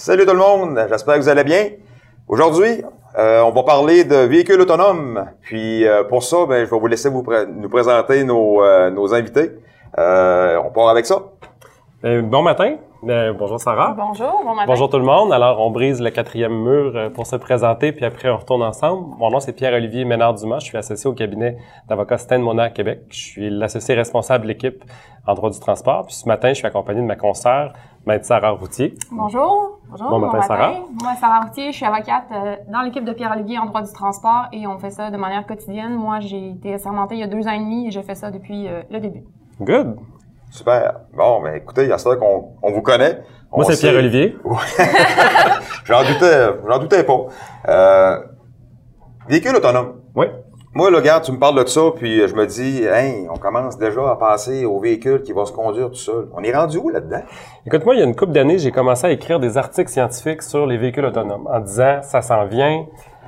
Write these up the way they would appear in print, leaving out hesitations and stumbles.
Salut tout le monde, j'espère que vous allez bien. Aujourd'hui, on va parler de véhicules autonomes. Puis pour ça, je vais vous laisser nous présenter nos invités. On part avec ça. Bon matin. Bonjour Sarah. Bonjour, bon matin. Bonjour tout le monde. Alors, on brise le 4e mur pour se présenter, puis après, on retourne ensemble. Mon nom, c'est Pierre-Olivier Ménard-Dumas. Je suis associé au cabinet d'avocats Stein Mona à Québec. Je suis l'associé responsable de l'équipe en droit du transport. Puis ce matin, je suis accompagné de ma consoeur, Maître Sarah Routier. Bonjour. Bonjour. Bon matin, Sarah. Moi, Sarah Routier, je suis avocate dans l'équipe de Pierre-Olivier en droit du transport et on fait ça de manière quotidienne. Moi, j'ai été assermentée il y a 2 ans et demi et j'ai fait ça depuis le début. Good. Super. Bon, écoutez, il y a ça qu'on vous connaît. Moi, c'est Pierre-Olivier. J'en doutais pas. Véhicule autonome. Oui. Moi, là, regarde, tu me parles de ça, puis je me dis, hey, on commence déjà à passer au véhicule qui va se conduire tout seul. On est rendu où là-dedans? Écoute, moi, il y a une couple d'années, j'ai commencé à écrire des articles scientifiques sur les véhicules autonomes en disant, ça s'en vient.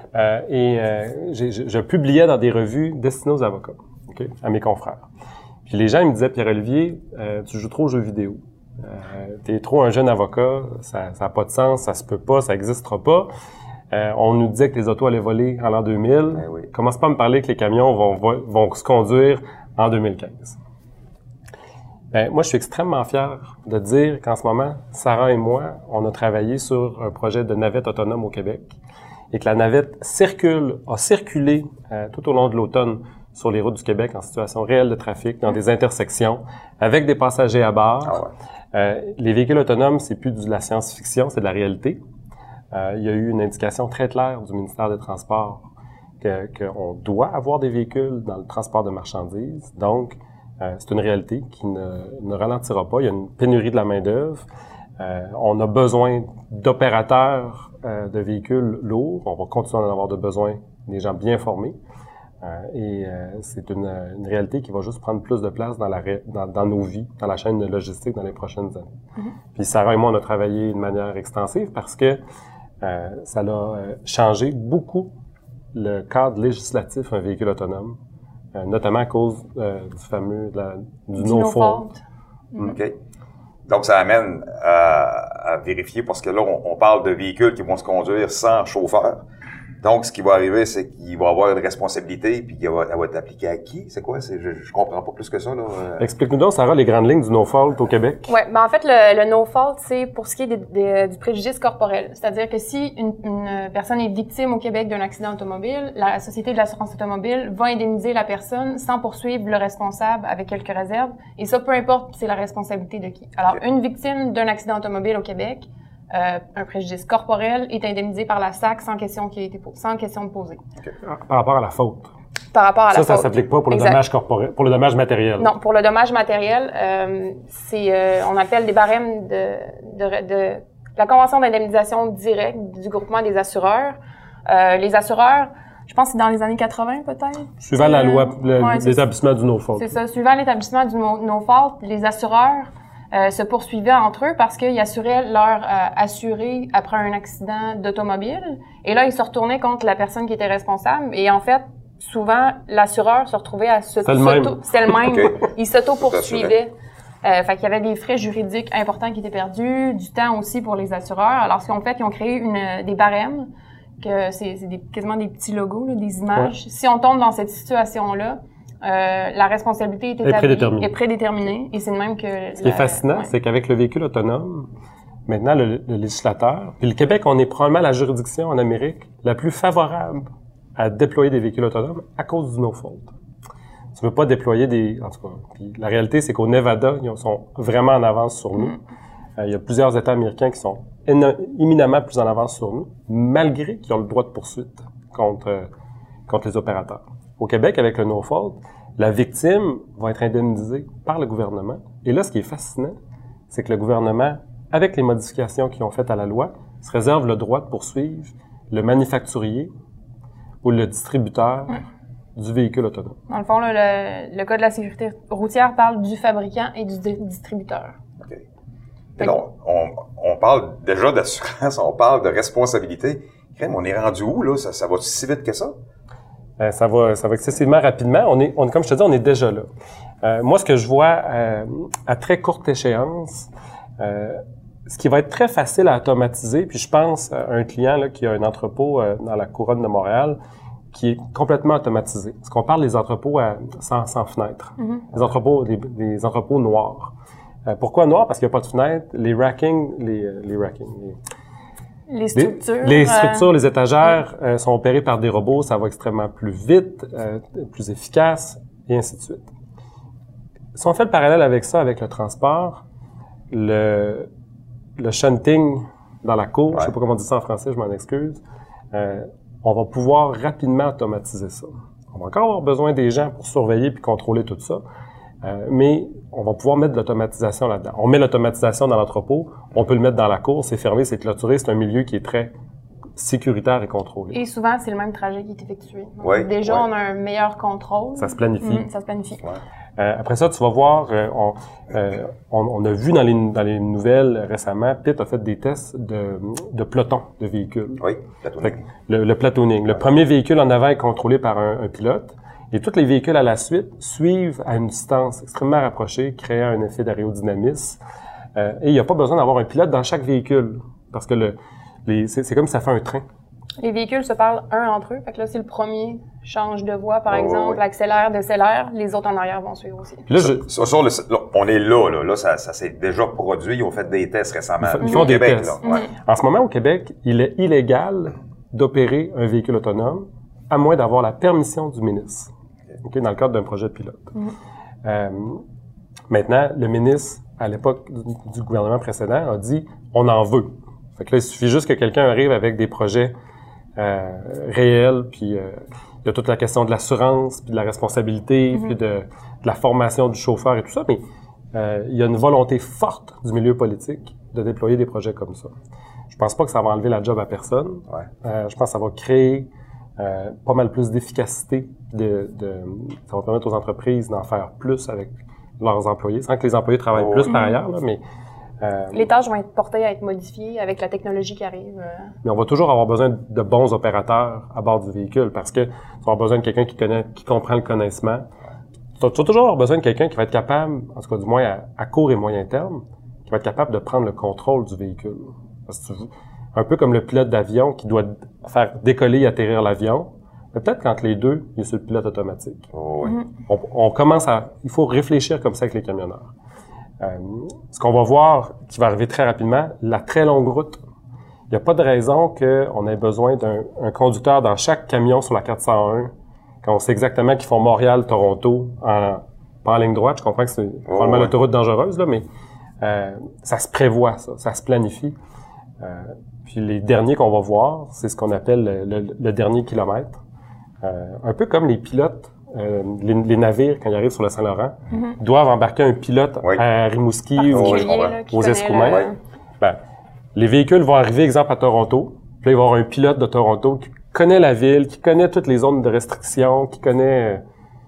Je publiais dans des revues destinées aux avocats, okay, à mes confrères. Puis les gens ils me disaient, Pierre-Olivier, tu joues trop aux jeux vidéo. T'es trop un jeune avocat, ça n'a pas de sens, ça se peut pas, ça n'existera pas. On nous disait que les autos allaient voler en l'an 2000. Ben oui. Commence pas à me parler que les camions vont se conduire en 2015. Moi, je suis extrêmement fier de dire qu'en ce moment, Sarah et moi, on a travaillé sur un projet de navette autonome au Québec et que la navette a circulé tout au long de l'automne sur les routes du Québec en situation réelle de trafic, dans des intersections, avec des passagers à bord. Ah ouais. Les véhicules autonomes, c'est plus de la science-fiction, c'est de la réalité. Il y a eu une indication très claire du ministère des Transports qu'on doit avoir des véhicules dans le transport de marchandises. Donc, c'est une réalité qui ne ralentira pas. Il y a une pénurie de la main-d'œuvre. On a besoin d'opérateurs de véhicules lourds. On va continuer à en avoir besoin des gens bien formés. C'est une réalité qui va juste prendre plus de place dans nos vies, dans la chaîne logistique dans les prochaines années. Mm-hmm. Puis Sarah et moi, on a travaillé de manière extensive parce que ça a changé beaucoup le cadre législatif un véhicule autonome, notamment à cause du fameux du no-fault. OK. Donc, ça amène à vérifier parce que là, on parle de véhicules qui vont se conduire sans chauffeur. Donc, ce qui va arriver, c'est qu'il va avoir une responsabilité, puis elle va être appliquée à qui? C'est quoi? Je comprends pas plus que ça, là. Explique-nous donc, Sarah, les grandes lignes du no-fault au Québec. Ouais, en fait, le no-fault, c'est pour ce qui est du préjudice corporel. C'est-à-dire que si une personne est victime au Québec d'un accident automobile, la Société de l'assurance automobile va indemniser la personne sans poursuivre le responsable avec quelques réserves. Et ça, peu importe, c'est la responsabilité de qui. Alors, okay. Une victime d'un accident automobile au Québec, un préjudice corporel est indemnisé par la SAC sans question de poser. Okay. Par rapport à la faute. Par rapport à la faute. Ça s'applique pas pour le dommage corporel, pour le dommage matériel. Non, pour le dommage matériel, on appelle des barèmes de la convention d'indemnisation directe du groupement des assureurs. Les assureurs, je pense que c'est dans les années 80 peut-être. Suivant la loi, l'établissement du no-fault. C'est ça. Suivant l'établissement du no-fault, les assureurs se poursuivaient entre eux parce qu'ils assuraient leur assuré après un accident d'automobile. Et là, ils se retournaient contre la personne qui était responsable. Et en fait, souvent, l'assureur se retrouvait à C'était le même. Okay. Il s'auto-poursuivait. Fait qu'il y avait des frais juridiques importants qui étaient perdus, du temps aussi pour les assureurs. Alors, ce qu'ils ont fait, ils ont créé des barèmes, que c'est quasiment des petits logos, là, des images. Ouais. Si on tombe dans cette situation-là, la responsabilité est établie, est prédéterminée, et c'est de même que... Ce qui est fascinant, c'est qu'avec le véhicule autonome, maintenant, le législateur, puis le Québec, on est probablement la juridiction en Amérique la plus favorable à déployer des véhicules autonomes à cause du no-fault. Tu veux pas déployer en tout cas, puis la réalité, c'est qu'au Nevada, ils sont vraiment en avance sur nous. Il y a plusieurs États américains qui sont éminemment plus en avance sur nous, malgré qu'ils ont le droit de poursuite contre les opérateurs. Au Québec, avec le no-fault, la victime va être indemnisée par le gouvernement. Et là, ce qui est fascinant, c'est que le gouvernement, avec les modifications qu'ils ont faites à la loi, se réserve le droit de poursuivre le manufacturier ou le distributeur du véhicule autonome. Dans le fond, là, le Code de la sécurité routière parle du fabricant et du distributeur. OK. Et là, on parle déjà d'assurance, on parle de responsabilité. On est rendu où, là? Ça va si vite que ça? Ça va excessivement rapidement. Comme je te dis, on est déjà là. Moi, ce que je vois à très courte échéance, ce qui va être très facile à automatiser, puis je pense à un client là, qui a un entrepôt dans la couronne de Montréal qui est complètement automatisé. Parce qu'on parle des entrepôts sans fenêtre, des entrepôts noirs. Pourquoi noirs? Parce qu'il n'y a pas de fenêtre. Les structures, les étagères sont opérées par des robots, ça va extrêmement plus vite, plus efficace, et ainsi de suite. Si on fait le parallèle avec ça, avec le transport, le shunting dans la cour, je sais pas comment on dit ça en français, je m'en excuse, on va pouvoir rapidement automatiser ça. On va encore avoir besoin des gens pour surveiller puis contrôler tout ça, mais on va pouvoir mettre de l'automatisation là-dedans. On met l'automatisation dans l'entrepôt, on peut le mettre dans la cour, c'est fermé, c'est clôturé, c'est un milieu qui est très sécuritaire et contrôlé. Et souvent, c'est le même trajet qui est effectué. Donc, déjà, on a un meilleur contrôle. Ça se planifie. Ça se planifie. Après ça, tu vas voir, on a vu dans les nouvelles récemment, Pitt a fait des tests de peloton de véhicules. Oui, platooning. Le platooning. Le premier véhicule en avant est contrôlé par un pilote. Et tous les véhicules à la suite suivent à une distance extrêmement rapprochée, créant un effet d'aérodynamisme. Et il n'y a pas besoin d'avoir un pilote dans chaque véhicule, parce que c'est comme si ça fait un train. Les véhicules se parlent un entre eux. Fait que là, si le premier change de voie, par exemple, accélère, décélère, les autres en arrière vont suivre aussi. Puis là, on est là, ça s'est déjà produit. Ils ont fait des tests récemment. Ils font des tests. Là. En ce moment, au Québec, il est illégal d'opérer un véhicule autonome, à moins d'avoir la permission du ministre. Okay, dans le cadre d'un projet de pilote. Maintenant, le ministre, à l'époque du gouvernement précédent, a dit « on en veut ». Fait que là, il suffit juste que quelqu'un arrive avec des projets réels, puis il y a toute la question de l'assurance, puis de la responsabilité, puis de la formation du chauffeur et tout ça, mais il y a une volonté forte du milieu politique de déployer des projets comme ça. Je pense pas que ça va enlever la job à personne. Je pense que ça va créer pas mal plus d'efficacité, ça va permettre aux entreprises d'en faire plus avec leurs employés, sans que les employés travaillent plus par ailleurs, là, mais les tâches vont être portées à être modifiées avec la technologie qui arrive. Mais on va toujours avoir besoin de bons opérateurs à bord du véhicule parce que tu vas avoir besoin de quelqu'un qui comprend le connaissement. Tu vas toujours avoir besoin de quelqu'un qui va être capable, en tout cas du moins à court et moyen terme, qui va être capable de prendre le contrôle du véhicule. Parce que un peu comme le pilote d'avion qui doit faire décoller et atterrir l'avion, peut-être qu'entre les deux, il y a sur le pilote automatique. On commence il faut réfléchir comme ça avec les camionneurs. Ce qu'on va voir, qui va arriver très rapidement, la très longue route. Il n'y a pas de raison qu'on ait besoin d'un conducteur dans chaque camion sur la 401, quand on sait exactement qu'ils font Montréal-Toronto pas en ligne droite. Je comprends que c'est probablement l'autoroute dangereuse, là, mais ça se prévoit, ça se planifie. Puis les derniers qu'on va voir, c'est ce qu'on appelle le dernier kilomètre. Un peu comme les pilotes. Les navires, quand ils arrivent sur le Saint-Laurent, doivent embarquer un pilote à Rimouski ou aux Escoumins. Les véhicules vont arriver, exemple, à Toronto. Puis là, il va y avoir un pilote de Toronto qui connaît la ville, qui connaît toutes les zones de restriction, qui connaît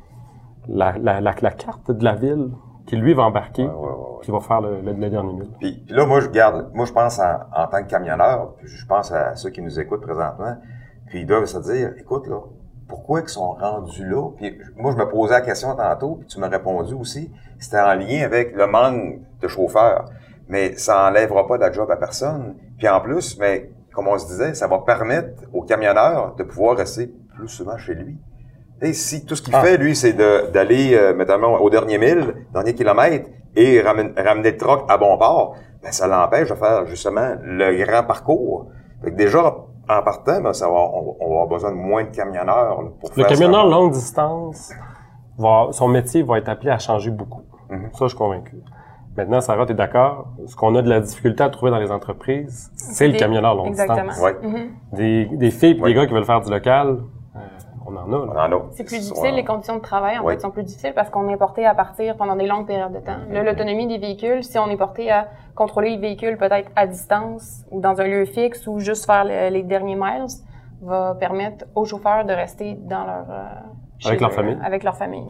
la carte de la ville, qui lui va embarquer, qui va faire le dernier mille. Puis là, moi, je pense en tant que camionneur, puis je pense à ceux qui nous écoutent présentement, puis ils doivent se dire, écoute, là, pourquoi ils sont rendus là? Puis moi, je me posais la question tantôt, puis tu m'as répondu aussi. C'était en lien avec le manque de chauffeurs. Mais ça enlèvera pas de la job à personne. Puis en plus, mais comme on se disait, ça va permettre aux camionneurs de pouvoir rester plus souvent chez lui. Et si tout ce qu'il fait, lui, c'est d'aller, mettons, au dernier dernier kilomètre, et ramener le truck à bon port, ben ça l'empêche de faire justement le grand parcours. Fait que déjà, en partant, ben, on va avoir besoin de moins de camionneurs là, pour faire le camionneur longue distance, son métier va être appelé à changer beaucoup. Ça, je suis convaincu. Maintenant, Sarah, tu es d'accord? Ce qu'on a de la difficulté à trouver dans les entreprises, c'est le camionneur longue distance. Des filles et des gars qui veulent faire du local, on en a. C'est plus difficile, les conditions de travail, en fait, sont plus difficiles parce qu'on est porté à partir pendant des longues périodes de temps. Là, l'autonomie des véhicules, si on est porté à contrôler le véhicule peut-être à distance ou dans un lieu fixe ou juste faire les derniers miles, va permettre aux chauffeurs de rester dans avec leur famille. Avec leur famille.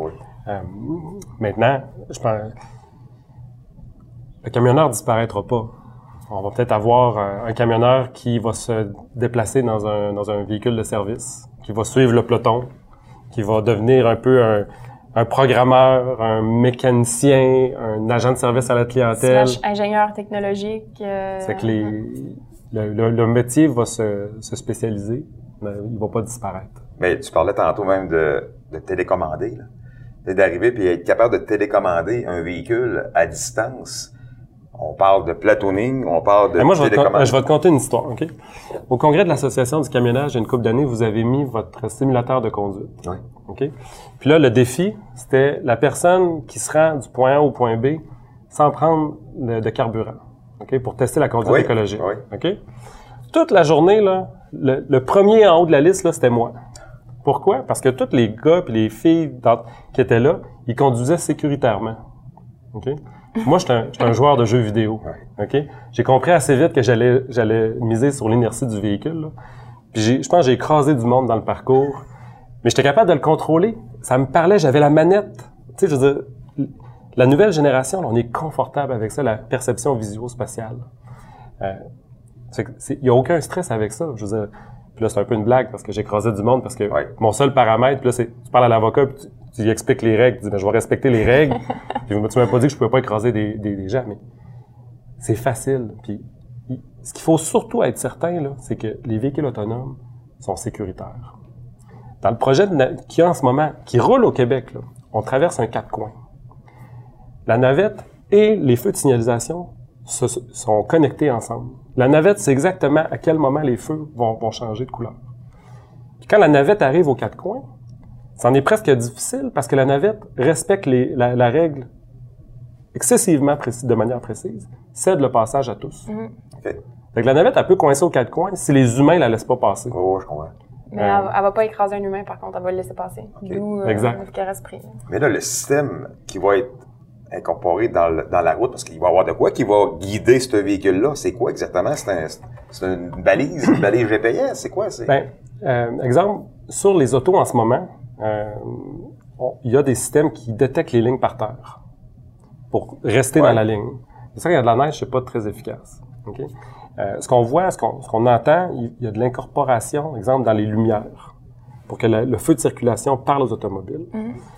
Maintenant, je pense, le camionneur disparaîtra pas. On va peut-être avoir un camionneur qui va se déplacer dans un véhicule de service, qui va suivre le peloton, qui va devenir un peu un programmeur, un mécanicien, un agent de service à la clientèle. / ingénieur technologique. C'est que le métier va se spécialiser, mais il va pas disparaître. Mais tu parlais tantôt même de télécommander, là. D'arriver puis être capable de télécommander un véhicule à distance. On parle de platooning, on parle de télécommande. Je vais te conter une histoire, OK? Au congrès de l'Association du camionnage, il y a une couple d'années, vous avez mis votre simulateur de conduite. Oui. OK? Puis là, le défi, c'était la personne qui se rend du point A au point B sans prendre de carburant, OK? Pour tester la conduite écologique. Oui. OK? Toute la journée, là, le premier en haut de la liste, là, c'était moi. Pourquoi? Parce que tous les gars et les filles qui étaient là, ils conduisaient sécuritairement. OK? Moi, j'étais un joueur de jeux vidéo. OK? J'ai compris assez vite que j'allais miser sur l'inertie du véhicule. Là. Puis je pense que j'ai écrasé du monde dans le parcours. Mais j'étais capable de le contrôler. Ça me parlait, j'avais la manette. Tu sais, je veux dire, la nouvelle génération, là, on est confortable avec ça, la perception visuo-spatiale. Il n'y a aucun stress avec ça. Je veux dire, puis là, c'est un peu une blague parce que j'écrasais du monde parce que mon seul paramètre, puis là, c'est tu parles à l'avocat puis tu lui expliques les règles, tu dis, ben, je vais respecter les règles. Puis tu m'as pas dit que je pouvais pas écraser des gens, mais c'est facile. Puis ce qu'il faut surtout être certain, là, c'est que les véhicules autonomes sont sécuritaires. Dans le projet qu'il y a en ce moment, qui roule au Québec, là, on traverse un 4 coins. La navette et les feux de signalisation sont connectés ensemble. La navette, c'est exactement à quel moment les feux vont changer de couleur. Puis quand la navette arrive aux 4 coins, c'en est presque difficile parce que la navette respecte la règle excessivement précise, de manière précise, cède le passage à tous. Mm-hmm. Okay. Fait que la navette, elle peut coincer aux 4 coins si les humains la laissent pas passer. Oh, je comprends. Mais elle va pas écraser un humain, par contre, elle va le laisser passer. Okay. D'où Exact. le caresse-prix. Mais là, le système qui va être incorporé dans la route, parce qu'il va y avoir de quoi qui va guider ce véhicule-là, c'est quoi exactement? C'est une balise GPS? C'est quoi? Exemple, sur les autos en ce moment, il y a des systèmes qui détectent les lignes par terre pour rester dans la ligne. C'est ça, quand il y a de la neige, c'est pas très efficace. Okay? Ce qu'on voit, ce qu'on entend, il y a de l'incorporation, exemple, dans les lumières, pour que le feu de circulation parle aux automobiles.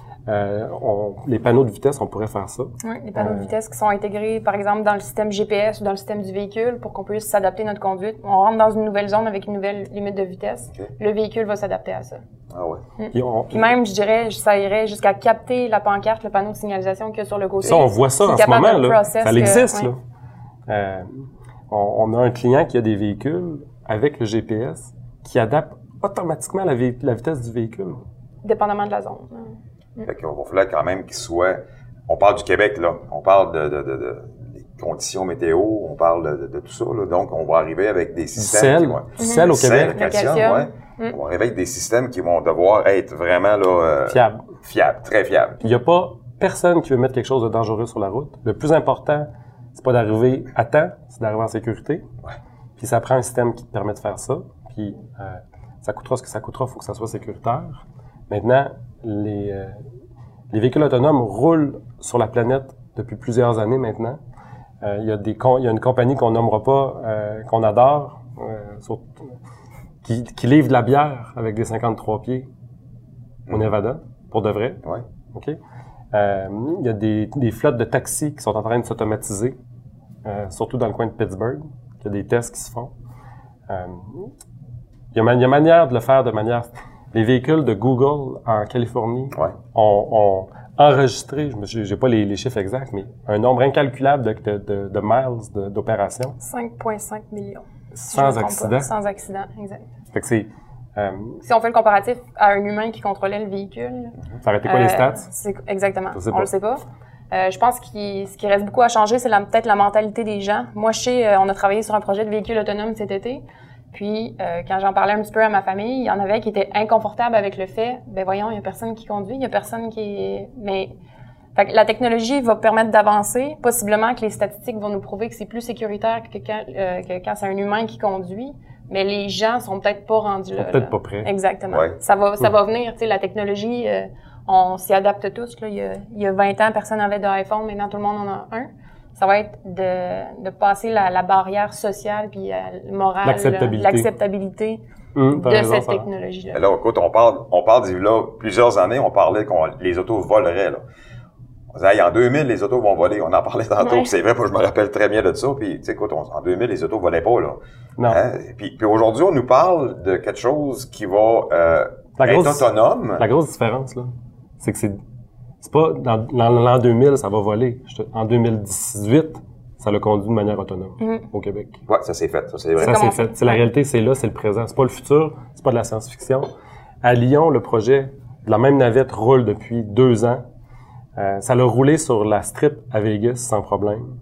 Les panneaux de vitesse, on pourrait faire ça. Oui, les panneaux de vitesse qui sont intégrés, par exemple, dans le système GPS ou dans le système du véhicule pour qu'on puisse s'adapter à notre conduite. On rentre dans une nouvelle zone avec une nouvelle limite de vitesse. Okay. Le véhicule va s'adapter à ça. Ah ouais. Puis même, je dirais, ça irait jusqu'à capter la pancarte, le panneau de signalisation qu'il y a sur le côté. Ça, on voit ça en ce moment, là. Ça existe, là. On a un client qui a des véhicules avec le GPS qui adapte automatiquement la vitesse du véhicule. Dépendamment de la zone. Fait qu'il va falloir quand même qu'il soit... On parle du Québec, là. On parle des conditions météo, on parle de tout ça, là. Donc, on va arriver avec des systèmes... Du sel au Québec. Le calcium. On va arriver avec des systèmes qui vont devoir être vraiment, là... Fiables, très fiables. Il n'y a pas personne qui veut mettre quelque chose de dangereux sur la route. Le plus important, c'est pas d'arriver à temps, c'est d'arriver en sécurité. Ouais. Puis ça prend un système qui te permet de faire ça. Puis ça coûtera ce que ça coûtera, il faut que ça soit sécuritaire. Maintenant, les véhicules autonomes roulent sur la planète depuis plusieurs années maintenant. Il y a une compagnie qu'on nommera pas, qu'on adore, qui livre de la bière avec des 53 pieds au Nevada, pour de vrai. Ouais. OK? Il y a des flottes de taxis qui sont en train de s'automatiser, surtout dans le coin de Pittsburgh. Il y a des tests qui se font. Il y a manière de le faire de manière... Les véhicules de Google en Californie ont enregistré, j'ai pas les chiffres exacts, mais un nombre incalculable de miles d'opération. 5,5 millions. Sans accident. Sans accident, exact. Fait que c'est... si on fait le comparatif à un humain qui contrôlait le véhicule... Ça aurait été quoi les stats? Exactement. On le sait pas. Je pense que ce qui reste beaucoup à changer, c'est peut-être la mentalité des gens. Moi, on a travaillé sur un projet de véhicule autonome cet été. Puis, quand j'en parlais un petit peu à ma famille, il y en avait qui étaient inconfortables avec le fait, ben voyons, il y a personne qui conduit, il y a personne qui... Mais fait que la technologie va permettre d'avancer. Possiblement que les statistiques vont nous prouver que c'est plus sécuritaire que quand c'est un humain qui conduit. Mais les gens sont peut-être pas rendus là. Peut-être pas prêts. Exactement. Ouais. Ça va venir, tu sais, la technologie, on s'y adapte tous. Là. Il y a 20 ans, personne n'avait d'iPhone, maintenant tout le monde en a un. Ça va être de passer la barrière sociale puis morale, l'acceptabilité de raison, cette ça. technologie-là. Mais là, écoute, on parle d'il y a plusieurs années, on parlait que les autos voleraient, là. On disait, hey, en 2000, les autos vont voler. On en parlait tantôt, Ouais. puis c'est vrai, moi, je me rappelle très bien de ça. Puis, tu sais, écoute, en 2000, les autos volaient pas, là. Non. Hein? Puis aujourd'hui, on nous parle de quelque chose qui va La être grosse- autonome. La grosse différence, là, c'est que c'est pas dans l'an 2000, ça va voler. En 2018, ça l'a conduit de manière autonome au Québec. Ouais, ça s'est fait, ça c'est vrai. Ça, c'est commencé. fait. C'est la réalité, c'est là, c'est le présent. C'est pas le futur, c'est pas de la science-fiction. À Lyon, le projet de la même navette roule depuis 2 ans. Ça l'a roulé sur la strip à Vegas sans problème.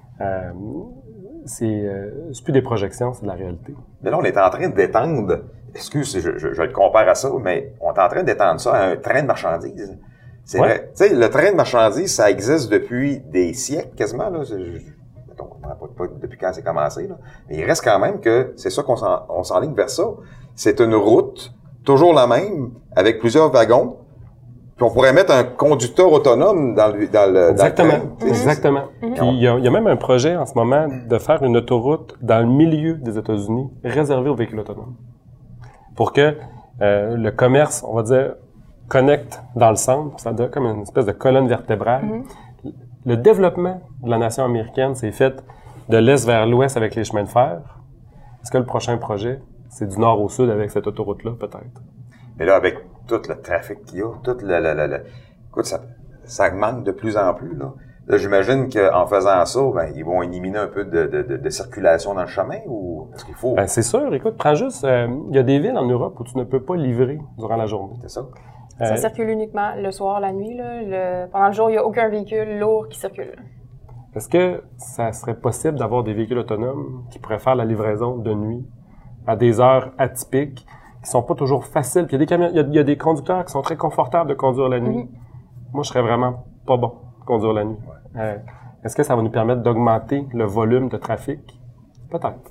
C'est plus des projections, c'est de la réalité. Mais là, on est en train d'étendre, excuse, je te compare à ça, mais on est en train d'étendre ça à un train de marchandises. C'est Ouais. vrai. Tu sais, le train de marchandises, ça existe depuis des siècles quasiment, là. Mettons, on ne pas depuis quand c'est commencé, là. Mais il reste quand même que c'est ça on s'enligne vers ça. C'est une route, toujours la même, avec plusieurs wagons. Puis on pourrait mettre un conducteur autonome dans le Exactement. train. Tu sais, Exactement. Puis il y a même un projet en ce moment de faire une autoroute dans le milieu des États-Unis réservée aux véhicules autonomes. Pour que le commerce, on va dire, connecte dans le centre, ça donne comme une espèce de colonne vertébrale. Le développement de la nation américaine s'est fait de l'est vers l'ouest avec les chemins de fer. Est-ce que le prochain projet, c'est du nord au sud avec cette autoroute-là, peut-être? Mais là, avec tout le trafic qu'il y a, tout écoute, ça manque de plus en plus, là. Là, j'imagine qu'en faisant ça, ben, ils vont éliminer un peu de circulation dans le chemin, ou est-ce qu'il faut? Ben, c'est sûr. Écoute, prends juste, il y a des villes en Europe où tu ne peux pas livrer durant la journée. C'est ça? Ça circule uniquement le soir, la nuit. Là. Pendant le jour, il n'y a aucun véhicule lourd qui circule. Est-ce que ça serait possible d'avoir des véhicules autonomes qui pourraient faire la livraison de nuit à des heures atypiques, qui sont pas toujours faciles? Puis il y a des camions, il y a des conducteurs qui sont très confortables de conduire la nuit. Moi, je serais vraiment pas bon de conduire la nuit. Est-ce que ça va nous permettre d'augmenter le volume de trafic? Peut-être.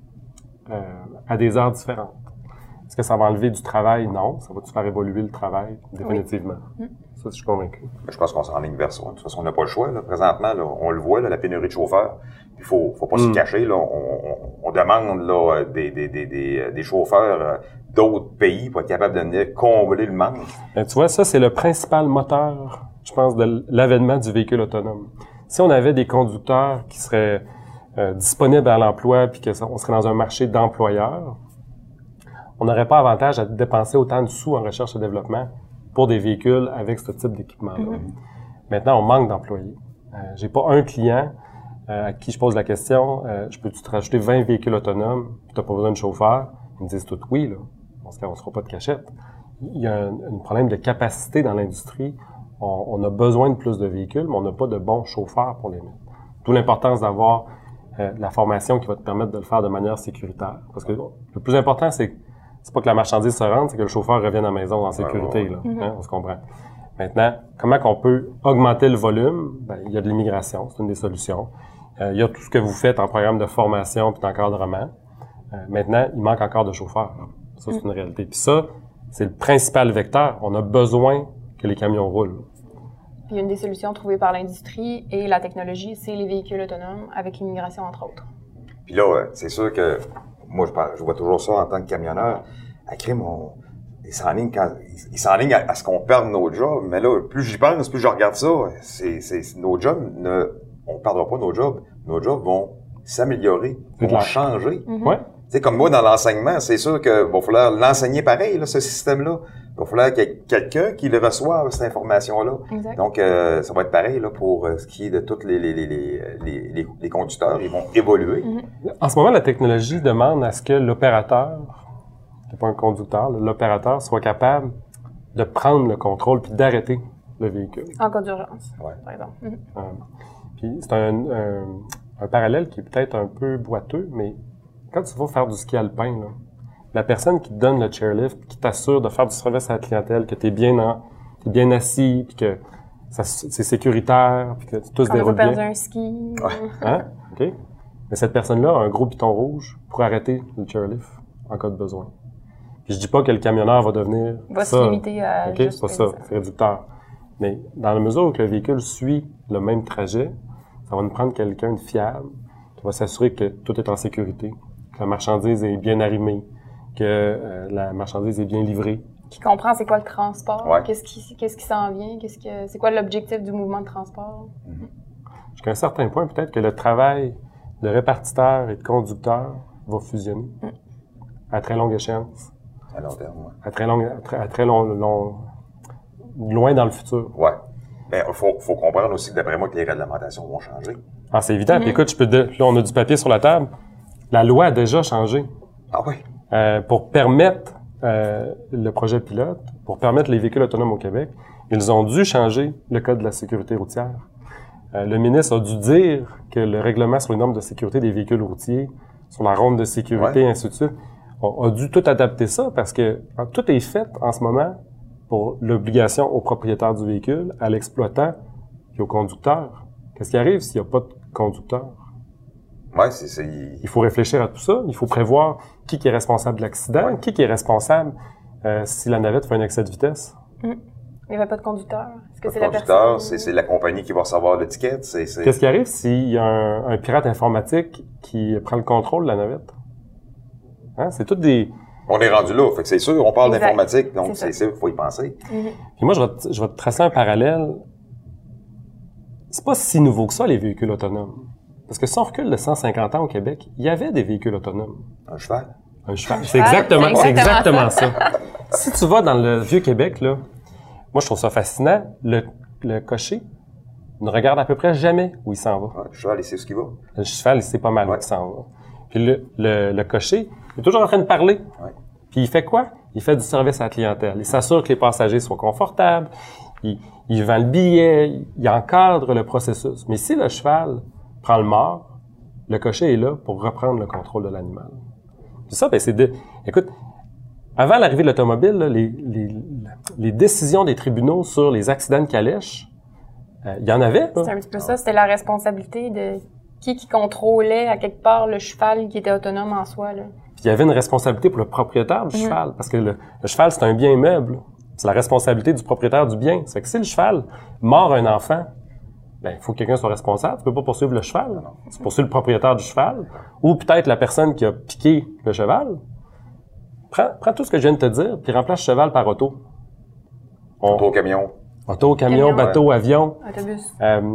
À des heures différentes. Est-ce que ça va enlever du travail? Non. Ça va-tu faire évoluer le travail? Définitivement. Ça, je suis convaincu. Mais je pense qu'on s'enligne vers ça. De toute façon, on n'a pas le choix, là. Présentement, là, on le voit, là, la pénurie de chauffeurs. Il faut pas se cacher, là. On demande, là, des chauffeurs d'autres pays pour être capable de venir combler le manque. Ben, tu vois, ça, c'est le principal moteur, je pense, de l'avènement du véhicule autonome. Si on avait des conducteurs qui seraient disponibles à l'emploi puis qu'on serait dans un marché d'employeurs, on n'aurait pas avantage à dépenser autant de sous en recherche et développement pour des véhicules avec ce type d'équipement-là. Maintenant, on manque d'employés. J'ai pas un client à qui je pose la question, je peux-tu te rajouter 20 véhicules autonomes puis t'as pas besoin de chauffeur? Ils me disent tout oui, là. Parce qu'on ne se fera pas de cachette. Il y a un problème de capacité dans l'industrie. On a besoin de plus de véhicules, mais on n'a pas de bons chauffeurs pour les mettre. D'où l'importance d'avoir la formation qui va te permettre de le faire de manière sécuritaire. Parce que le plus important, c'est pas que la marchandise se rende, c'est que le chauffeur revienne à la maison en sécurité. Là. Hein, on se comprend. Maintenant, comment qu'on peut augmenter le volume? Ben, il y a de l'immigration, c'est une des solutions. Il y a tout ce que vous faites en programme de formation puis d'encadrement. Maintenant, il manque encore de chauffeurs. Là. Ça, c'est une réalité. Puis ça, c'est le principal vecteur. On a besoin que les camions roulent. Puis une des solutions trouvées par l'industrie et la technologie, c'est les véhicules autonomes avec l'immigration, entre autres. Puis là, c'est sûr que moi, je vois toujours ça en tant que camionneur. À crime, ils s'enlignent à ce qu'on perde nos jobs. Mais là, plus j'y pense, plus je regarde ça, nos jobs on perdra pas nos jobs. Nos jobs vont s'améliorer, vont changer. Ouais. Tu sais, comme moi, dans l'enseignement, c'est sûr que va falloir l'enseigner pareil, là, ce système-là. Il va falloir qu'il y ait quelqu'un qui le reçoive, cette information-là. Exact. Donc, ça va être pareil là, pour ce qui est de tous les conducteurs. Ils vont évoluer. En ce moment, la technologie demande à ce que l'opérateur, qui n'est pas un conducteur, l'opérateur soit capable de prendre le contrôle puis d'arrêter le véhicule. En cas d'urgence, Ouais. par exemple. Puis c'est un parallèle qui est peut-être un peu boiteux, mais quand tu vas faire du ski alpin, là, la personne qui te donne le chairlift, qui t'assure de faire du service à la clientèle, que t'es bien assis, puis que c'est sécuritaire, puis que tout se Quand on déroule veut perdre bien. un ski. Hein? OK. Mais cette personne-là a un gros piton rouge pour arrêter le chairlift en cas de besoin. Puis je dis pas que le camionneur va devenir Va ça. se limiter à OK, juste c'est pas ça, c'est réducteur. Mais dans la mesure où le véhicule suit le même trajet, ça va nous prendre quelqu'un de fiable qui va s'assurer que tout est en sécurité, que la marchandise est bien arrimée, que la marchandise est bien livrée. Qui comprend c'est quoi le transport, Ouais. qu'est-ce qui s'en vient, c'est quoi l'objectif du mouvement de transport. Jusqu'à un certain point, peut-être que le travail de répartiteur et de conducteur va fusionner à très longue échéance, À long terme, ouais. à très loin dans le futur. Ouais. Mais faut comprendre aussi, d'après moi, que les réglementations vont changer. Ah, c'est évident. Puis écoute, là, on a du papier sur la table. La loi a déjà changé Ah oui? pour permettre le projet pilote, pour permettre les véhicules autonomes au Québec. Ils ont dû changer le code de la sécurité routière. Le ministre a dû dire que le règlement sur les normes de sécurité des véhicules routiers, sur la ronde de sécurité, et ainsi de suite, a dû tout adapter ça parce que tout est fait en ce moment pour l'obligation au propriétaire du véhicule, à l'exploitant et au conducteur. Qu'est-ce qui arrive s'il n'y a pas de conducteur? Ouais, Il faut réfléchir à tout ça. Il faut prévoir qui est responsable de l'accident, qui est responsable si la navette fait un excès de vitesse. Il n'y avait pas de conducteur. Est-ce que Le c'est la conducteur, personne? c'est la compagnie qui va recevoir l'étiquette. Qu'est-ce qui arrive s'il y a un pirate informatique qui prend le contrôle de la navette? Hein? C'est toutes des... On est rendu là. Fait que c'est sûr, on parle Exact. d'informatique, donc C'est c'est faut y penser. Puis moi, je vais te tracer un parallèle. C'est pas si nouveau que ça, les véhicules autonomes. Parce que si on recule de 150 ans au Québec, il y avait des véhicules autonomes. Un cheval. Un cheval. C'est exactement ça. Si tu vas dans le Vieux-Québec, là, moi, je trouve ça fascinant. Le cocher ne regarde à peu près jamais où il s'en va. Ouais, le cheval, il sait ce qu'il va. Le cheval, il sait pas mal où il s'en va. Puis le cocher, il est toujours en train de parler. Ouais. Puis il fait quoi? Il fait du service à la clientèle. Il s'assure que les passagers soient confortables. Il vend le billet. Il encadre le processus. Mais si le cheval prend le mort, le cocher est là pour reprendre le contrôle de l'animal. Puis ça, ben écoute, avant l'arrivée de l'automobile, là, les décisions des tribunaux sur les accidents de calèche, il y en avait. C'est un petit peu ça. C'était la responsabilité de qui contrôlait à quelque part le cheval qui était autonome en soi, là. Puis il y avait une responsabilité pour le propriétaire du cheval, parce que le cheval, c'est un bien immeuble. C'est la responsabilité du propriétaire du bien. Ça fait que si le cheval mord un enfant, ben il faut que quelqu'un soit responsable. Tu peux pas poursuivre le cheval. Tu poursuis le propriétaire du cheval, ou peut-être la personne qui a piqué le cheval. Prends tout ce que je viens de te dire, puis remplace cheval par auto. Auto, camion. Auto, camion, bateau, avion. Autobus.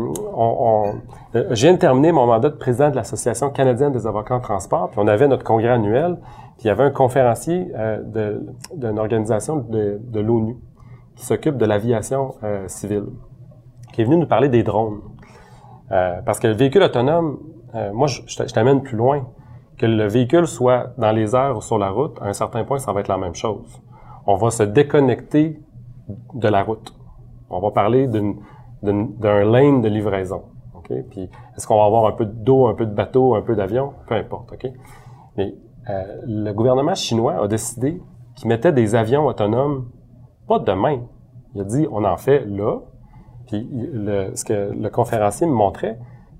Je viens de terminer mon mandat de président de l'Association canadienne des avocats en transport, puis on avait notre congrès annuel, puis il y avait un conférencier d'une organisation de l'ONU qui s'occupe de l'aviation civile, qui est venu nous parler des drones. Parce que le véhicule autonome, moi, je t'amène plus loin. Que le véhicule soit dans les airs ou sur la route, à un certain point, ça va être la même chose. On va se déconnecter de la route. On va parler d'un lane de livraison. Okay? Puis, est-ce qu'on va avoir un peu d'eau, un peu de bateau, un peu d'avion? Peu importe. Okay? Mais le gouvernement chinois a décidé qu'il mettait des avions autonomes, pas demain. Il a dit, on en fait là. Puis, ce que le conférencier me montrait,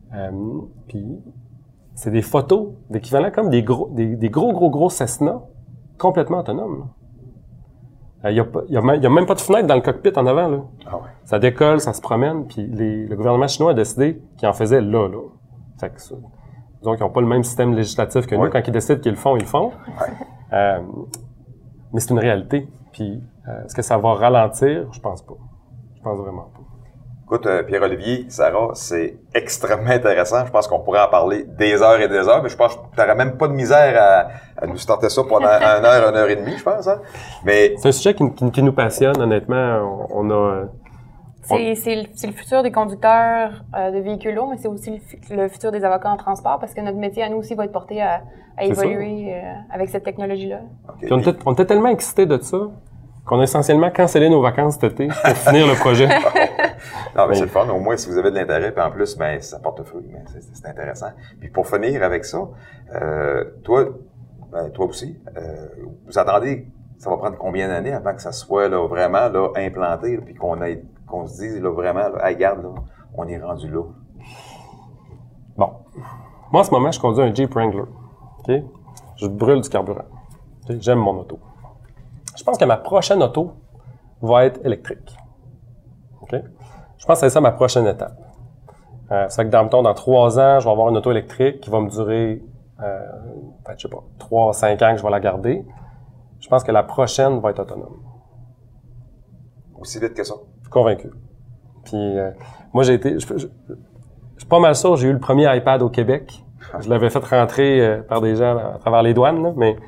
puis c'est des photos d'équivalent comme des gros Cessna complètement autonomes. Il y a même pas de fenêtre dans le cockpit en avant, là. Ah ouais. Ça décolle, ça se promène, puis le gouvernement chinois a décidé qu'il en faisait là. Fait que disons qu'ils n'ont pas le même système législatif que nous. Quand ils décident qu'ils le font, ils le font. Ouais. Mais c'est une réalité. Puis, est-ce que ça va ralentir? Je pense pas. Je pense vraiment pas. Écoute, Pierre-Olivier, Sarah, c'est extrêmement intéressant. Je pense qu'on pourrait en parler des heures et des heures, mais je pense que tu n'aurais même pas de misère à nous starter ça pendant 1 heure et demie, je pense. Hein? Mais c'est un sujet qui nous passionne, honnêtement. C'est le futur des conducteurs de véhicules lourds, mais c'est aussi le futur des avocats en transport, parce que notre métier à nous aussi va être porté à évoluer avec cette technologie-là. Okay. Puis on était tellement excités de ça qu'on a essentiellement cancellé nos vacances cet été pour finir le projet. Non, mais c'est le fun. Au moins, si vous avez de l'intérêt, puis en plus, ben, ça porte fruit. Mais c'est intéressant. Puis pour finir avec ça, toi aussi, vous attendez, ça va prendre combien d'années avant que ça soit là, vraiment là, implanté, là, puis qu'on se dise là, vraiment, là, hey, regarde, là, on est rendu là. Bon. Moi, en ce moment, je conduis un Jeep Wrangler. Okay? Je brûle du carburant. Okay? J'aime mon auto. Je pense que ma prochaine auto va être électrique. Okay? Je pense que c'est ça ma prochaine étape. Ça fait que dans 3 ans, je vais avoir une auto électrique qui va me durer, peut-être, je sais pas, 3 à 5 ans que je vais la garder. Je pense que la prochaine va être autonome. Aussi vite que ça? Je suis convaincu. Puis, moi, je suis pas mal sûr, j'ai eu le premier iPad au Québec. Je l'avais fait rentrer par des gens à travers les douanes, là, mais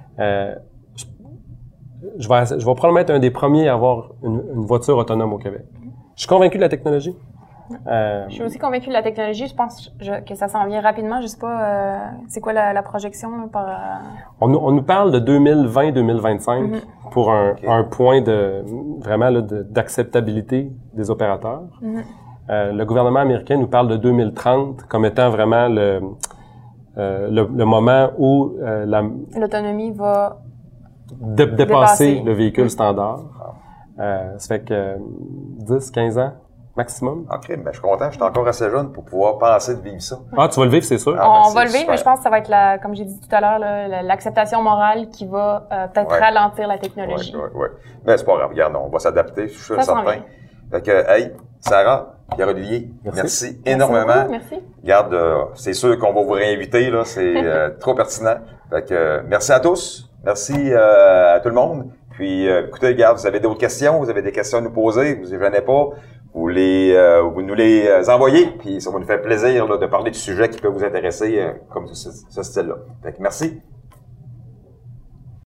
je vais probablement être un des premiers à avoir une voiture autonome au Québec. Je suis convaincu de la technologie. Je suis aussi convaincue de la technologie. Je pense que ça s'en vient rapidement. Je sais pas, c'est quoi la projection là, par... On nous parle de 2020-2025 pour un point de vraiment là, d'acceptabilité des opérateurs. Le gouvernement américain nous parle de 2030 comme étant vraiment le moment où l'autonomie va dépasser le véhicule standard. Ça fait que 10-15 ans maximum. OK, ben, je suis content. Je suis encore assez jeune pour pouvoir penser de vivre ça. Ah, tu vas le vivre, c'est sûr. On va le vivre, mais je pense que ça va être, comme j'ai dit tout à l'heure, l'acceptation morale qui va peut-être ralentir la technologie. Oui. Mais c'est pas grave. Regarde, on va s'adapter, je suis sûr et certain. Fait que, hey, Sarah, Pierre-Olivier, merci énormément. Merci. Regarde, c'est sûr qu'on va vous réinviter, là. C'est trop pertinent. Fait que, merci à tous. Merci à tout le monde. Puis, écoutez, regarde, vous avez d'autres questions, vous avez des questions à nous poser, vous ne gênez pas. Vous nous les envoyez, puis ça va nous faire plaisir là, de parler de sujets qui peuvent vous intéresser comme ce style-là. Fait que merci.